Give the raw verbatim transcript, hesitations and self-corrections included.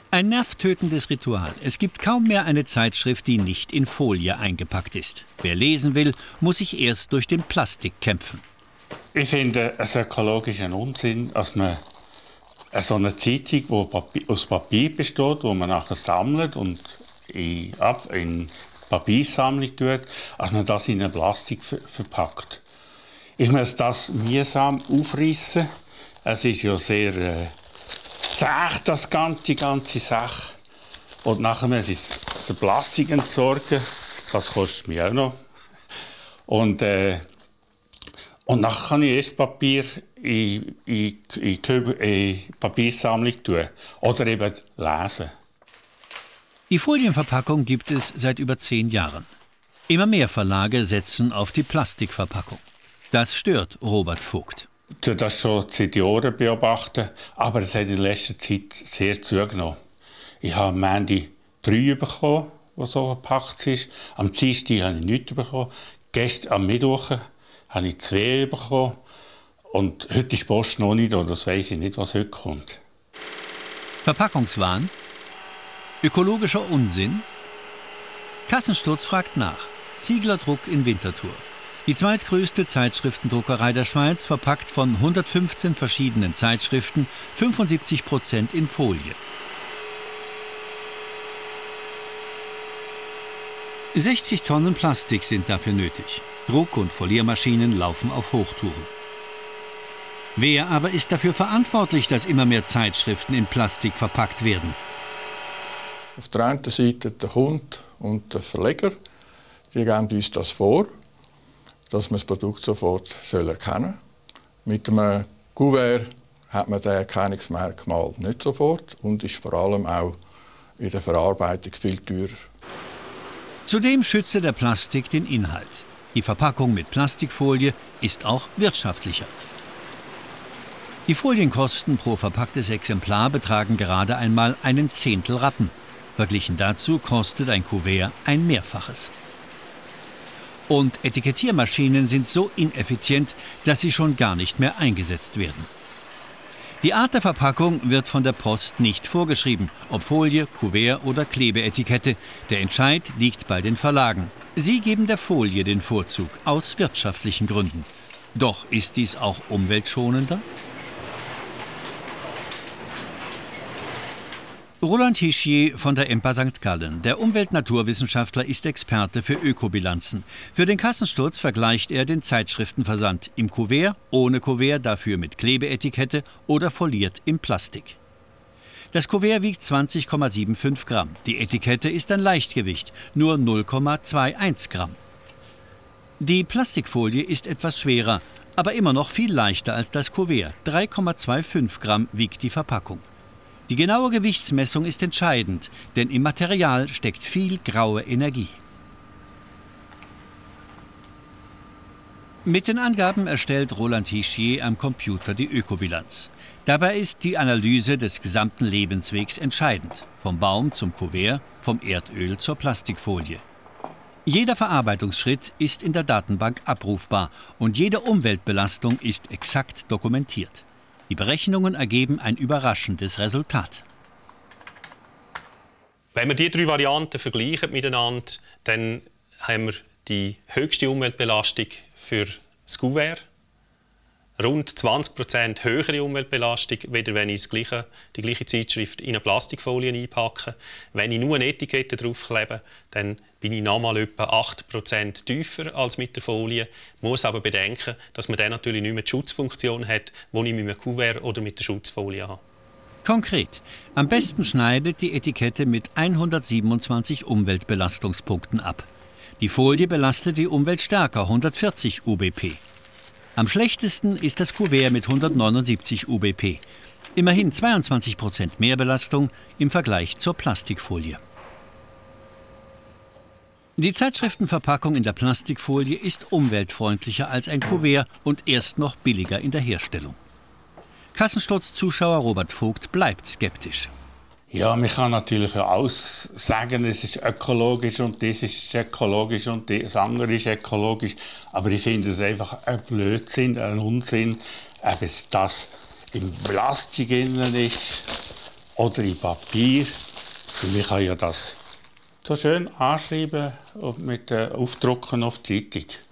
Ein nervtötendes Ritual. Es gibt kaum mehr eine Zeitschrift, die nicht in Folie eingepackt ist. Wer lesen will, muss sich erst durch den Plastik kämpfen. Ich finde es ökologischen Unsinn, dass man so eine Zeitung, die aus Papier besteht, die man nachher sammelt und in, in Papiersammlung tut, dass man das in eine Plastik ver verpackt. Ich muss das mühsam aufreißen. Es ist ja sehr äh, zäh, das ganze, die ganze Sache. Und nachher muss ich den Plastik entsorgen. Das kostet mich auch noch. Und, äh, und nachher kann ich erst Papier in, in, in, in Papiersammlung tun. Oder eben lesen. Die Folienverpackung gibt es seit über zehn Jahren. Immer mehr Verlage setzen auf die Plastikverpackung. Das stört Robert Vogt. Ich habe das schon seit Jahren beobachten, aber es hat in letzter Zeit sehr zugenommen. Ich habe am Ende drei bekommen, die so verpackt sind. Am Dienstag habe ich nichts bekommen. Gestern am Mittwoch habe ich zwei bekommen. Und heute ist die Post noch nicht da. Das weiss ich nicht, was heute kommt. Verpackungswahn? Ökologischer Unsinn? Kassensturz fragt nach. Ziegler Druck in Winterthur. Die zweitgrößte Zeitschriftendruckerei der Schweiz verpackt von hundertfünfzehn verschiedenen Zeitschriften fünfundsiebzig Prozent in Folie. sechzig Tonnen Plastik sind dafür nötig. Druck- und Foliermaschinen laufen auf Hochtouren. Wer aber ist dafür verantwortlich, dass immer mehr Zeitschriften in Plastik verpackt werden? Auf der einen Seite der Kunde und der Verleger, die geben uns das vor, dass man das Produkt sofort erkennen soll. Mit einem Kuvert hat man das Erkennungsmerkmal nicht sofort und ist vor allem auch in der Verarbeitung viel teurer. Zudem schütze der Plastik den Inhalt. Die Verpackung mit Plastikfolie ist auch wirtschaftlicher. Die Folienkosten pro verpacktes Exemplar betragen gerade einmal einen Zehntel Rappen. Verglichen dazu kostet ein Kuvert ein Mehrfaches. Und Etikettiermaschinen sind so ineffizient, dass sie schon gar nicht mehr eingesetzt werden. Die Art der Verpackung wird von der Post nicht vorgeschrieben, ob Folie, Kuvert oder Klebeetikette. Der Entscheid liegt bei den Verlagen. Sie geben der Folie den Vorzug, aus wirtschaftlichen Gründen. Doch ist dies auch umweltschonender? Roland Hischier von der EMPA Sankt Gallen. Der Umwelt-Naturwissenschaftler ist Experte für Ökobilanzen. Für den Kassensturz vergleicht er den Zeitschriftenversand im Kuvert, ohne Kuvert, dafür mit Klebeetikette oder foliert im Plastik. Das Kuvert wiegt zwanzig Komma fünfundsiebzig Gramm. Die Etikette ist ein Leichtgewicht, nur null Komma einundzwanzig Gramm. Die Plastikfolie ist etwas schwerer, aber immer noch viel leichter als das Kuvert. drei Komma fünfundzwanzig Gramm wiegt die Verpackung. Die genaue Gewichtsmessung ist entscheidend, denn im Material steckt viel graue Energie. Mit den Angaben erstellt Roland Hischier am Computer die Ökobilanz. Dabei ist die Analyse des gesamten Lebenswegs entscheidend, vom Baum zum Kuvert, vom Erdöl zur Plastikfolie. Jeder Verarbeitungsschritt ist in der Datenbank abrufbar und jede Umweltbelastung ist exakt dokumentiert. Die Berechnungen ergeben ein überraschendes Resultat. Wenn wir die drei Varianten vergleichen miteinander, dann haben wir die höchste Umweltbelastung für das Kuvert, rund zwanzig Prozent höhere Umweltbelastung, weder wenn ich das gleiche, die gleiche Zeitschrift in eine Plastikfolie einpacke. Wenn ich nur eine Etikette draufklebe, dann bin ich nochmal etwa acht Prozent tiefer als mit der Folie. Ich muss aber bedenken, dass man dann natürlich nicht mehr die Schutzfunktion hat, die ich mit einem Kuvert oder mit der Schutzfolie habe. Konkret: Am besten schneidet die Etikette mit hundertsiebenundzwanzig Umweltbelastungspunkten ab. Die Folie belastet die Umwelt stärker, hundertvierzig U B P. Am schlechtesten ist das Kuvert mit hundertneunundsiebzig U B P. Immerhin zweiundzwanzig Prozent mehr Belastung im Vergleich zur Plastikfolie. Die Zeitschriftenverpackung in der Plastikfolie ist umweltfreundlicher als ein Kuvert und erst noch billiger in der Herstellung. Kassensturz-Zuschauer Robert Vogt bleibt skeptisch. Ja, man kann natürlich auch sagen, es ist ökologisch und das ist ökologisch und das andere ist ökologisch. Aber ich finde es einfach ein Blödsinn, ein Unsinn, ob es das im Plastik innen ist oder in Papier. Und ich kann ja das so schön anschreiben und mit äh, aufdrucken auf die Zeitung.